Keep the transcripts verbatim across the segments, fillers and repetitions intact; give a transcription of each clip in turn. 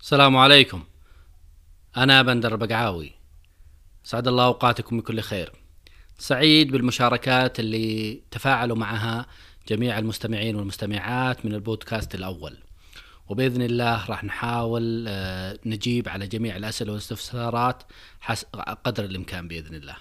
السلام عليكم. أنا بندر بقعاوي. سعد الله أوقاتكم بكل خير. سعيد بالمشاركات اللي تفاعلوا معها جميع المستمعين والمستمعات من البودكاست الأول، وبإذن الله راح نحاول نجيب على جميع الأسئلة والاستفسارات قدر الإمكان بإذن الله.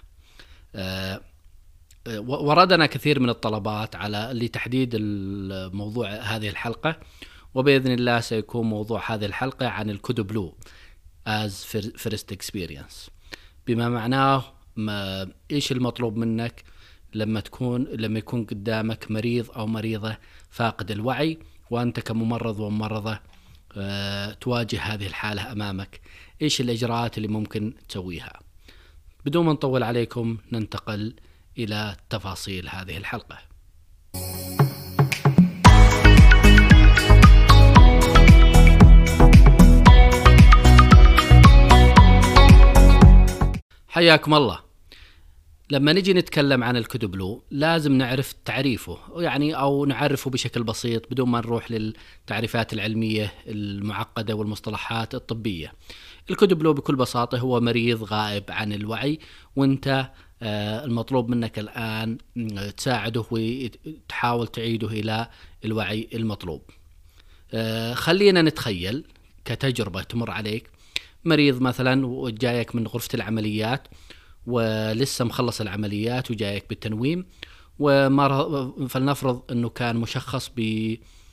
وردنا كثير من الطلبات على لتحديد الموضوع هذه الحلقة، وبإذن الله سيكون موضوع هذه الحلقة عن الكودو بلو as first experience، بما معناه ما إيش المطلوب منك لما تكون لما يكون قدامك مريض أو مريضة فاقد الوعي، وأنت كممرض وممرضة أه تواجه هذه الحالة أمامك. إيش الإجراءات اللي ممكن تسويها؟ بدون ما نطول عليكم ننتقل إلى تفاصيل هذه الحلقة. حياكم الله. لما نجي نتكلم عن الكودو بلو لازم نعرف تعريفه، يعني أو نعرفه بشكل بسيط بدون ما نروح للتعريفات العلمية المعقدة والمصطلحات الطبية. الكودو بلو بكل بساطة هو مريض غائب عن الوعي، وانت آه المطلوب منك الآن تساعده وتحاول تعيده إلى الوعي المطلوب. آه خلينا نتخيل كتجربة تمر عليك مريض مثلا وجايك من غرفة العمليات ولسه مخلص العمليات وجايك بالتنويم، فلنفرض انه كان مشخص ب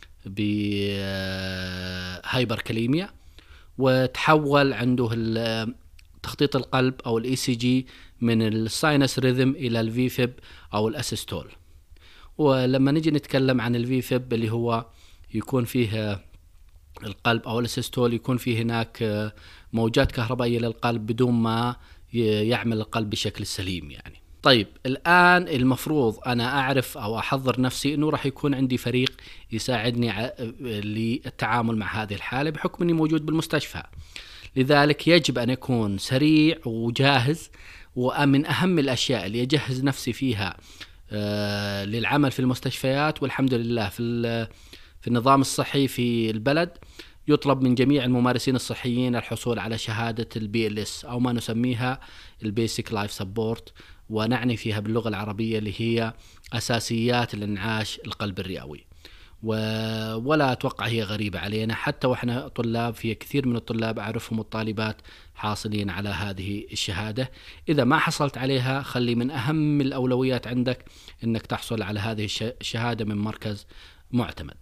بهايبركاليميا، وتحول عنده تخطيط القلب او الاي سي جي من الساينس ريذم الى الفيفب او الاسيستول. ولما نجي نتكلم عن الفيفب اللي هو يكون فيه القلب او الاسيستول، يكون فيه هناك موجات كهربائية للقلب بدون ما يعمل القلب بشكل سليم يعني. طيب الآن المفروض أنا أعرف أو أحضر نفسي أنه راح يكون عندي فريق يساعدني للتعامل مع هذه الحالة بحكم أني موجود بالمستشفى، لذلك يجب أن يكون سريع وجاهز. ومن أهم الأشياء اللي يجهز نفسي فيها آه للعمل في المستشفيات، والحمد لله في في النظام الصحي في البلد يطلب من جميع الممارسين الصحيين الحصول على شهادة البي ال اس أو ما نسميها البيسيك لايف سبورت، ونعني فيها باللغة العربية اللي هي أساسيات الإنعاش القلب الرئوي. ولا أتوقع هي غريبة علينا، حتى وإحنا طلاب في كثير من الطلاب أعرفهم الطالبات حاصلين على هذه الشهادة. إذا ما حصلت عليها خلي من أهم الأولويات عندك أنك تحصل على هذه الشهادة من مركز معتمد.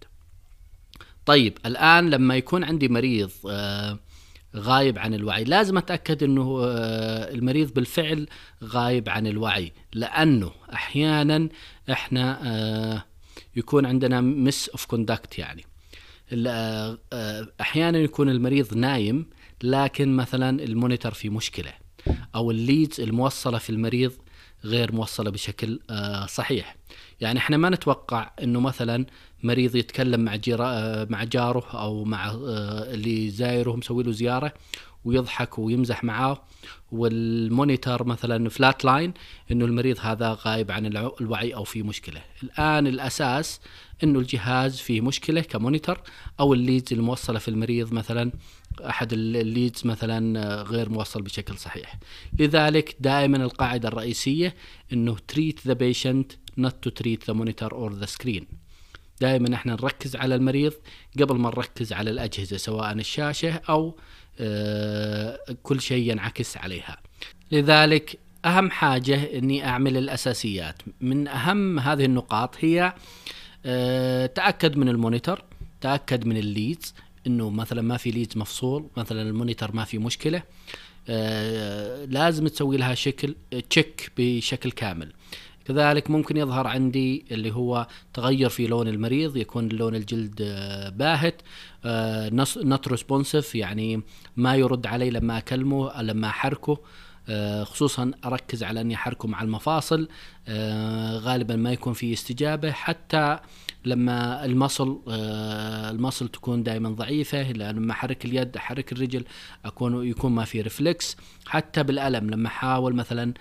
طيب الآن لما يكون عندي مريض آه غايب عن الوعي، لازم أتأكد أنه آه المريض بالفعل غايب عن الوعي، لأنه أحيانا إحنا آه يكون عندنا مس اوف كوندكت، يعني آه أحيانا يكون المريض نايم لكن مثلا المونيتور في مشكلة، أو الليدز الموصلة في المريض غير موصلة بشكل آه صحيح. يعني احنا ما نتوقع انه مثلا مريض يتكلم مع جيرا مع جاره او مع اللي زايره مسوي له زياره ويضحك ويمزح معاه، والمونيتور مثلا فلات لاين، انه المريض هذا غايب عن الوعي او في مشكله. الان الاساس انه الجهاز فيه مشكله كمونيتور، او الليدز الموصله في المريض مثلا احد الليدز مثلا غير موصل بشكل صحيح. لذلك دائما القاعده الرئيسيه انه treat the patient not to treat the monitor or the screen. دائما احنا نركز على المريض قبل ما نركز على الأجهزة، سواء الشاشة أو اه كل شيء ينعكس عليها. لذلك أهم حاجة أني أعمل الأساسيات. من أهم هذه النقاط هي اه تأكد من المونيتور، تأكد من الليدز أنه مثلا ما في ليدز مفصول، مثلا المونيتور ما في مشكلة. اه لازم تسوي لها شكل تشيك بشكل كامل. كذلك ممكن يظهر عندي اللي هو تغير في لون المريض، يكون لون الجلد باهت، not responsive، يعني ما يرد علي لما أكلمه لما أحركه، خصوصا أركز على أني أحركه مع المفاصل، غالبا ما يكون في استجابة. حتى لما المصل المصل تكون دائما ضعيفة، لما أحرك اليد أحرك الرجل أكون يكون ما في ريفلكس. حتى بالألم لما أحاول مثلا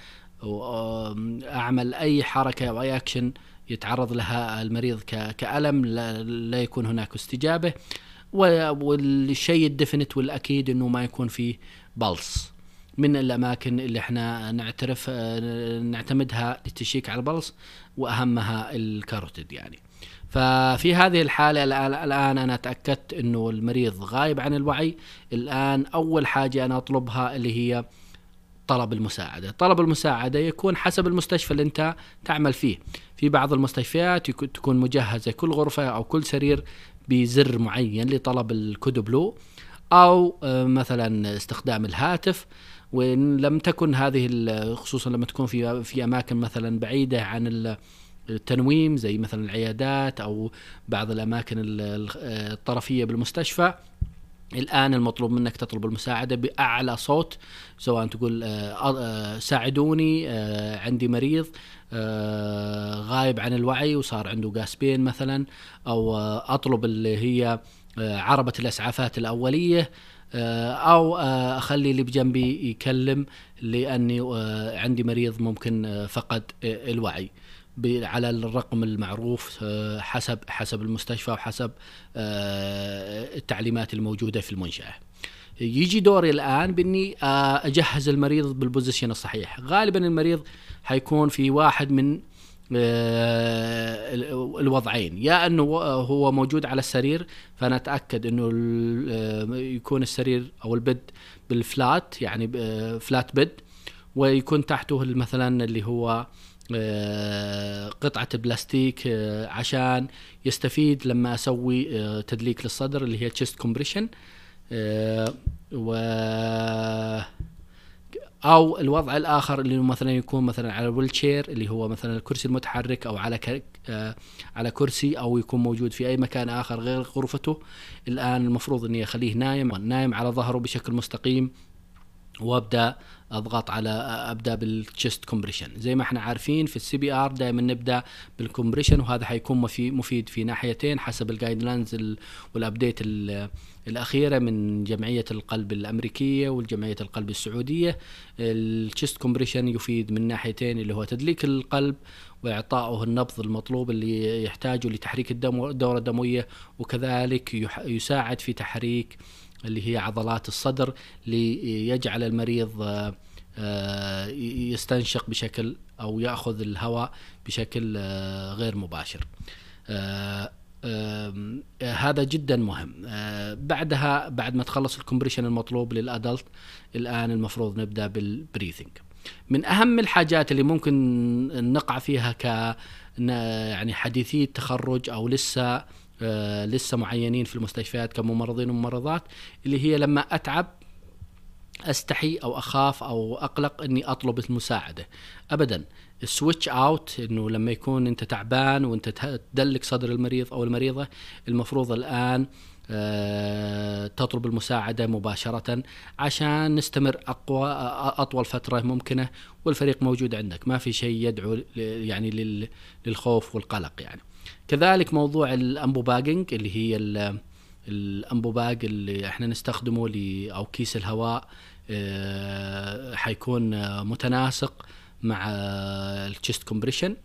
أعمل أي حركة أو أي أكشن يتعرض لها المريض كألم لا يكون هناك استجابة. والشيء الديفينيت والأكيد إنه ما يكون فيه بلس من الأماكن اللي احنا نعترف نعتمدها للتشيك على البلس، وأهمها الكاروتيد يعني. ففي هذه الحالة الآن أنا تأكدت إنه المريض غايب عن الوعي. الآن أول حاجة أنا أطلبها اللي هي طلب المساعدة. طلب المساعدة يكون حسب المستشفى اللي أنت تعمل فيه. في بعض المستشفيات تكون مجهزة كل غرفة أو كل سرير بزر معين لطلب الكود بلو، أو مثلا استخدام الهاتف. وإن لم تكن هذه، خصوصا لما تكون في في أماكن مثلا بعيدة عن التنويم زي مثلا العيادات أو بعض الأماكن الطرفية بالمستشفى، الآن المطلوب منك تطلب المساعدة بأعلى صوت، سواء تقول ساعدوني عندي مريض غايب عن الوعي وصار عنده جاسبين مثلا، أو أطلب اللي هي عربة الإسعافات الأولية، أو أخلي اللي بجنبي يكلم لأني عندي مريض ممكن فقد الوعي على الرقم المعروف حسب حسب المستشفى وحسب التعليمات الموجودة في المنشأة. يجي دوري الآن بإني أجهز المريض بالبوزيشن الصحيح. غالبا المريض حيكون في واحد من الوضعين، يا أنه هو موجود على السرير فأنا أتأكد أنه يكون السرير أو البد بالفلات، يعني فلات بد، ويكون تحته مثلا اللي هو قطعة بلاستيك عشان يستفيد لما أسوي تدليك للصدر اللي هي chest compression. و أو الوضع الآخر اللي مثلا يكون مثلا على الويلتشير اللي هو مثلا الكرسي المتحرك، أو على ك... على كرسي، أو يكون موجود في أي مكان آخر غير غرفته. الآن المفروض إني أخليه نايم نايم على ظهره بشكل مستقيم، وابدا اضغط على ابدا بالتشست كومبريشن. زي ما احنا عارفين في السي بي ار دائما نبدا بالكومبريشن، وهذا حيكون مفيد في ناحيتين حسب الجايد لاينز والابديت الاخيره من جمعيه القلب الامريكيه والجمعيه القلب السعوديه. التشست كومبريشن يفيد من ناحيتين، اللي هو تدليك القلب واعطائه النبض المطلوب اللي يحتاجه لتحريك الدم الدوره الدمويه، وكذلك يساعد في تحريك اللي هي عضلات الصدر ليجعل المريض يستنشق بشكل أو يأخذ الهواء بشكل غير مباشر. هذا جدا مهم. بعدها بعد ما تخلص الكمبريشن المطلوب للأدلت، الآن المفروض نبدأ بالبريثنج. من أهم الحاجات اللي ممكن نقع فيها ك يعني حديثي التخرج أو لسه آه لسه معينين في المستشفيات كممرضين وممرضات، اللي هي لما أتعب أستحي أو أخاف أو أقلق أني أطلب المساعدة. أبدا، السويتش أوت، إنه لما يكون أنت تعبان وأنت تدلك صدر المريض أو المريضة، المفروض الآن أه تطلب المساعدة مباشرة عشان نستمر أقوى أطول فترة ممكنة، والفريق موجود عندك، ما في شيء يدعو يعني للخوف والقلق يعني. كذلك موضوع الأمبوباجينج اللي هي الأمبوباج اللي احنا نستخدمه ل أو كيس الهواء، اه حيكون متناسق مع التشست كومبريشن.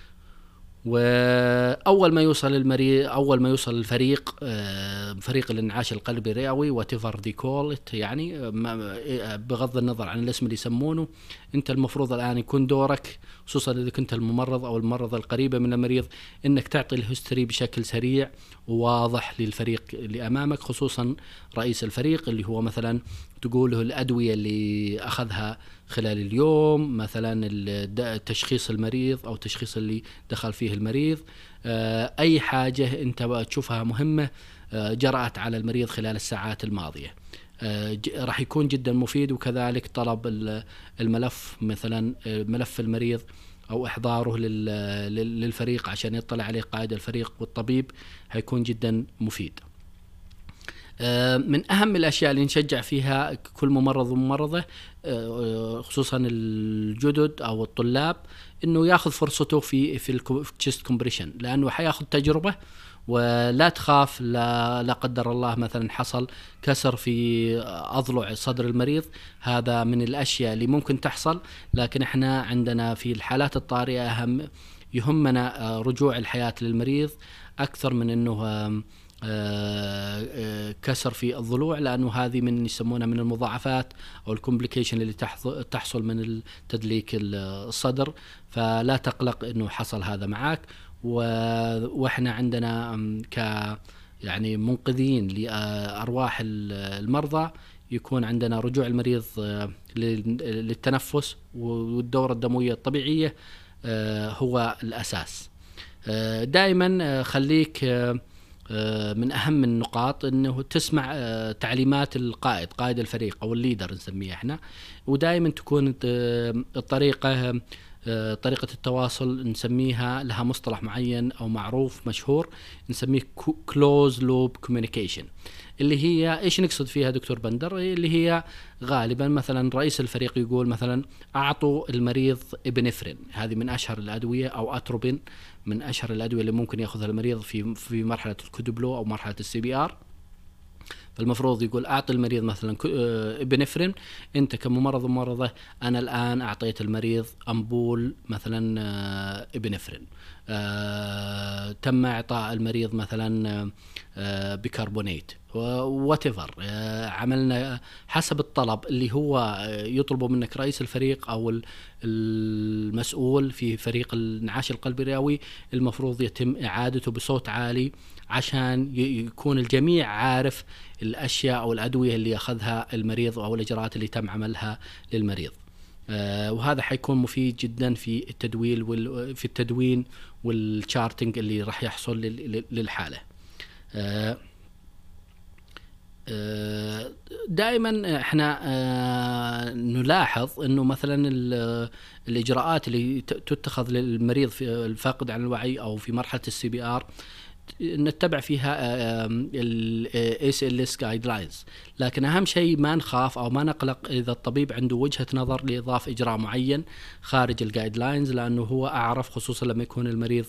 وأول ما يوصل المريض أول ما يوصل الفريق اه فريق الانعاش القلبي الرئوي whatever they call it، يعني بغض النظر عن الاسم اللي يسمونه، انت المفروض الآن يكون دورك، خصوصا إذا كنت الممرض أو الممرضة القريبة من المريض، إنك تعطي الهيستوري بشكل سريع وواضح للفريق اللي أمامك، خصوصا رئيس الفريق، اللي هو مثلا تقول له الأدوية اللي أخذها خلال اليوم، مثلا تشخيص المريض أو تشخيص اللي دخل فيه المريض، أي حاجة أنت تشوفها مهمة جرأت على المريض خلال الساعات الماضية، راح يكون جدا مفيد. وكذلك طلب الملف، مثلا ملف المريض أو إحضاره للفريق عشان يطلع عليه قائد الفريق والطبيب، هيكون جدا مفيد. من أهم الأشياء اللي نشجع فيها كل ممرض وممرضة، خصوصا الجدد أو الطلاب، إنه يأخذ فرصته في في التشست كومبريشن، لأنه حياخذ تجربة. ولا تخاف، لا, لا قدر الله مثلا حصل كسر في أضلع صدر المريض، هذا من الأشياء اللي ممكن تحصل، لكن احنا عندنا في الحالات الطارئة أهم يهمنا رجوع الحياة للمريض أكثر من أنه كسر في الضلوع، لأنه هذه من يسمونها من المضاعفات أو الكومبليكيشن اللي تحصل من تدليك الصدر. فلا تقلق إنه حصل هذا معك. وإحنا عندنا ك يعني منقذين لأرواح المرضى يكون عندنا رجوع المريض للتنفس والدورة الدموية الطبيعية هو الأساس. دائما خليك من أهم النقاط أنه تسمع تعليمات القائد قائد الفريق أو الليدر نسميه احنا، ودائما تكون الطريقة طريقة التواصل نسميها لها مصطلح معين أو معروف مشهور نسميه close loop communication، اللي هي إيش نقصد فيها دكتور بندر؟ اللي هي غالبا مثلا رئيس الفريق يقول مثلا أعطوا المريض إبنفرين، هذه من أشهر الأدوية، أو أتروبين من أشهر الأدوية اللي ممكن يأخذها المريض في في مرحلة الكودبلو أو مرحلة السي بي آر. فالمفروض يقول أعطي المريض مثلا إبنفرين، أنت كممرض وممرضة أنا الآن أعطيت المريض أمبول مثلا إبنفرين، آه، تم إعطاء المريض مثلا آه، بيكربونات واتيفر، آه، عملنا حسب الطلب اللي هو يطلبه منك رئيس الفريق أو المسؤول في فريق الانعاش القلبي الرئوي. المفروض يتم إعادته بصوت عالي عشان يكون الجميع عارف الأشياء أو الأدوية اللي أخذها المريض أو الإجراءات اللي تم عملها للمريض. آه وهذا حيكون مفيد جدا في التدويل وال في التدوين والشارتنج اللي راح يحصل للحالة. آه آه دائما احنا آه نلاحظ انه مثلا الاجراءات اللي تتخذ للمريض في الفاقد عن الوعي او في مرحلة السي بي ار نتبع فيها ال إيه إس إل إس guidelines، لكن أهم شيء ما نخاف أو ما نقلق إذا الطبيب عنده وجهة نظر لإضافة إجراء معين خارج الجايدلاينز، لأنه هو أعرف، خصوصا لما يكون المريض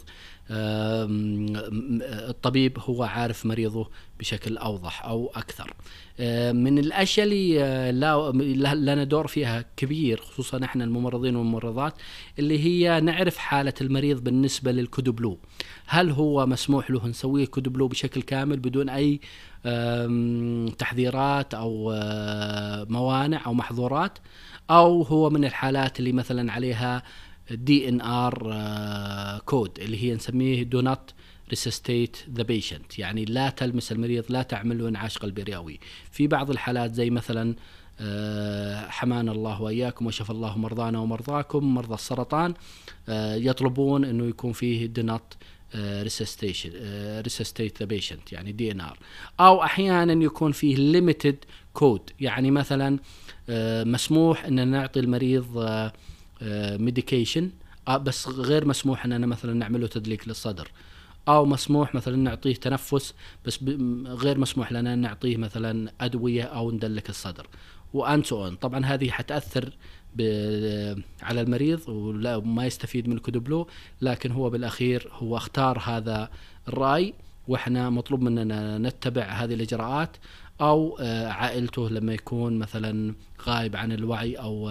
الطبيب هو عارف مريضه بشكل أوضح أو أكثر. من الأشياء اللي لنا دور فيها كبير خصوصا إحنا الممرضين والممرضات اللي هي نعرف حالة المريض بالنسبة للكودبلو، هل هو مسموح له نسويه كودبلو بشكل كامل بدون أي تحذيرات أو موانع أو محظورات، أو هو من الحالات اللي مثلا عليها دي إن آر كود اللي هي نسميه do not resuscitate the patient، يعني لا تلمس المريض، لا تعمل له انعاش قلبي رئوي. في بعض الحالات زي مثلا حمانا الله وإياكم وشفى الله مرضانا ومرضاكم مرضى السرطان يطلبون أنه يكون فيه do not resuscitation resuscitate the patient يعني دي إن آر، أو أحيانا يكون فيه limited code، يعني مثلا مسموح أن نعطي المريض ميديكيشن بس غير مسموح أننا مثلا نعمله تدليك للصدر، أو مسموح مثلا نعطيه تنفس بس غير مسموح لنا نعطيه مثلا أدوية أو ندلك الصدر وأنسون. طبعا هذه حتأثر على المريض وما يستفيد من الكودبلو، لكن هو بالأخير هو اختار هذا الرأي، وإحنا مطلوب مننا نتبع هذه الإجراءات، أو عائلته لما يكون مثلا غائب عن الوعي أو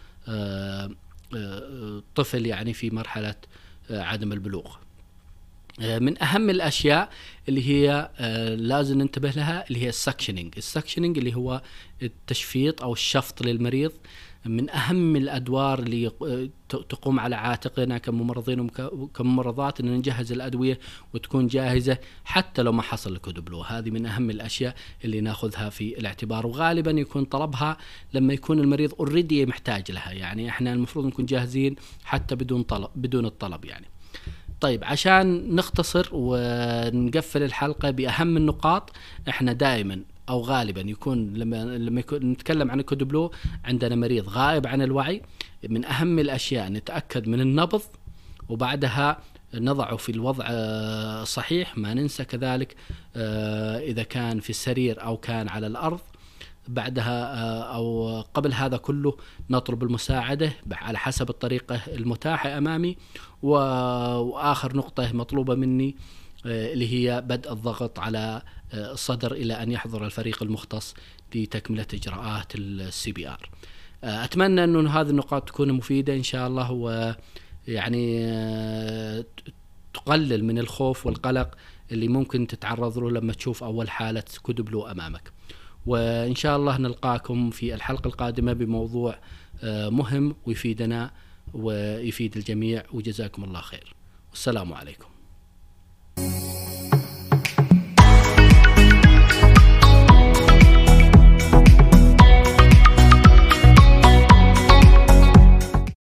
طفل يعني في مرحلة عدم البلوغ. من أهم الأشياء اللي هي لازم ننتبه لها اللي هي السكشنينج. السكشنينج اللي هو التشفيط أو الشفط للمريض، من أهم الأدوار اللي تقوم على عاتقنا كممرضين وكممرضات أن نجهز الأدوية وتكون جاهزة حتى لو ما حصل الكودبلو. هذه من أهم الأشياء اللي ناخذها في الاعتبار، وغالبا يكون طلبها لما يكون المريض اوريدي محتاج لها، يعني احنا المفروض نكون جاهزين حتى بدون طلب بدون الطلب يعني. طيب عشان نختصر ونقفل الحلقة بأهم النقاط، احنا دائما أو غالبا يكون لما لما يكون نتكلم عن الكودبلو عندنا مريض غائب عن الوعي، من أهم الأشياء نتأكد من النبض وبعدها نضعه في الوضع الصحيح. ما ننسى كذلك إذا كان في السرير أو كان على الأرض. بعدها أو قبل هذا كله نطلب المساعدة على حسب الطريقة المتاحة أمامي. وآخر نقطة مطلوبة مني اللي هي بدء الضغط على الصدر إلى أن يحضر الفريق المختص لتكملة إجراءات السي بي آر. أتمنى أن هذه النقاط تكون مفيدة إن شاء الله، ويعني تقلل من الخوف والقلق اللي ممكن تتعرض له لما تشوف أول حالة كدبلو أمامك. وإن شاء الله نلقاكم في الحلقة القادمة بموضوع مهم ويفيدنا ويفيد الجميع، وجزاكم الله خير والسلام عليكم.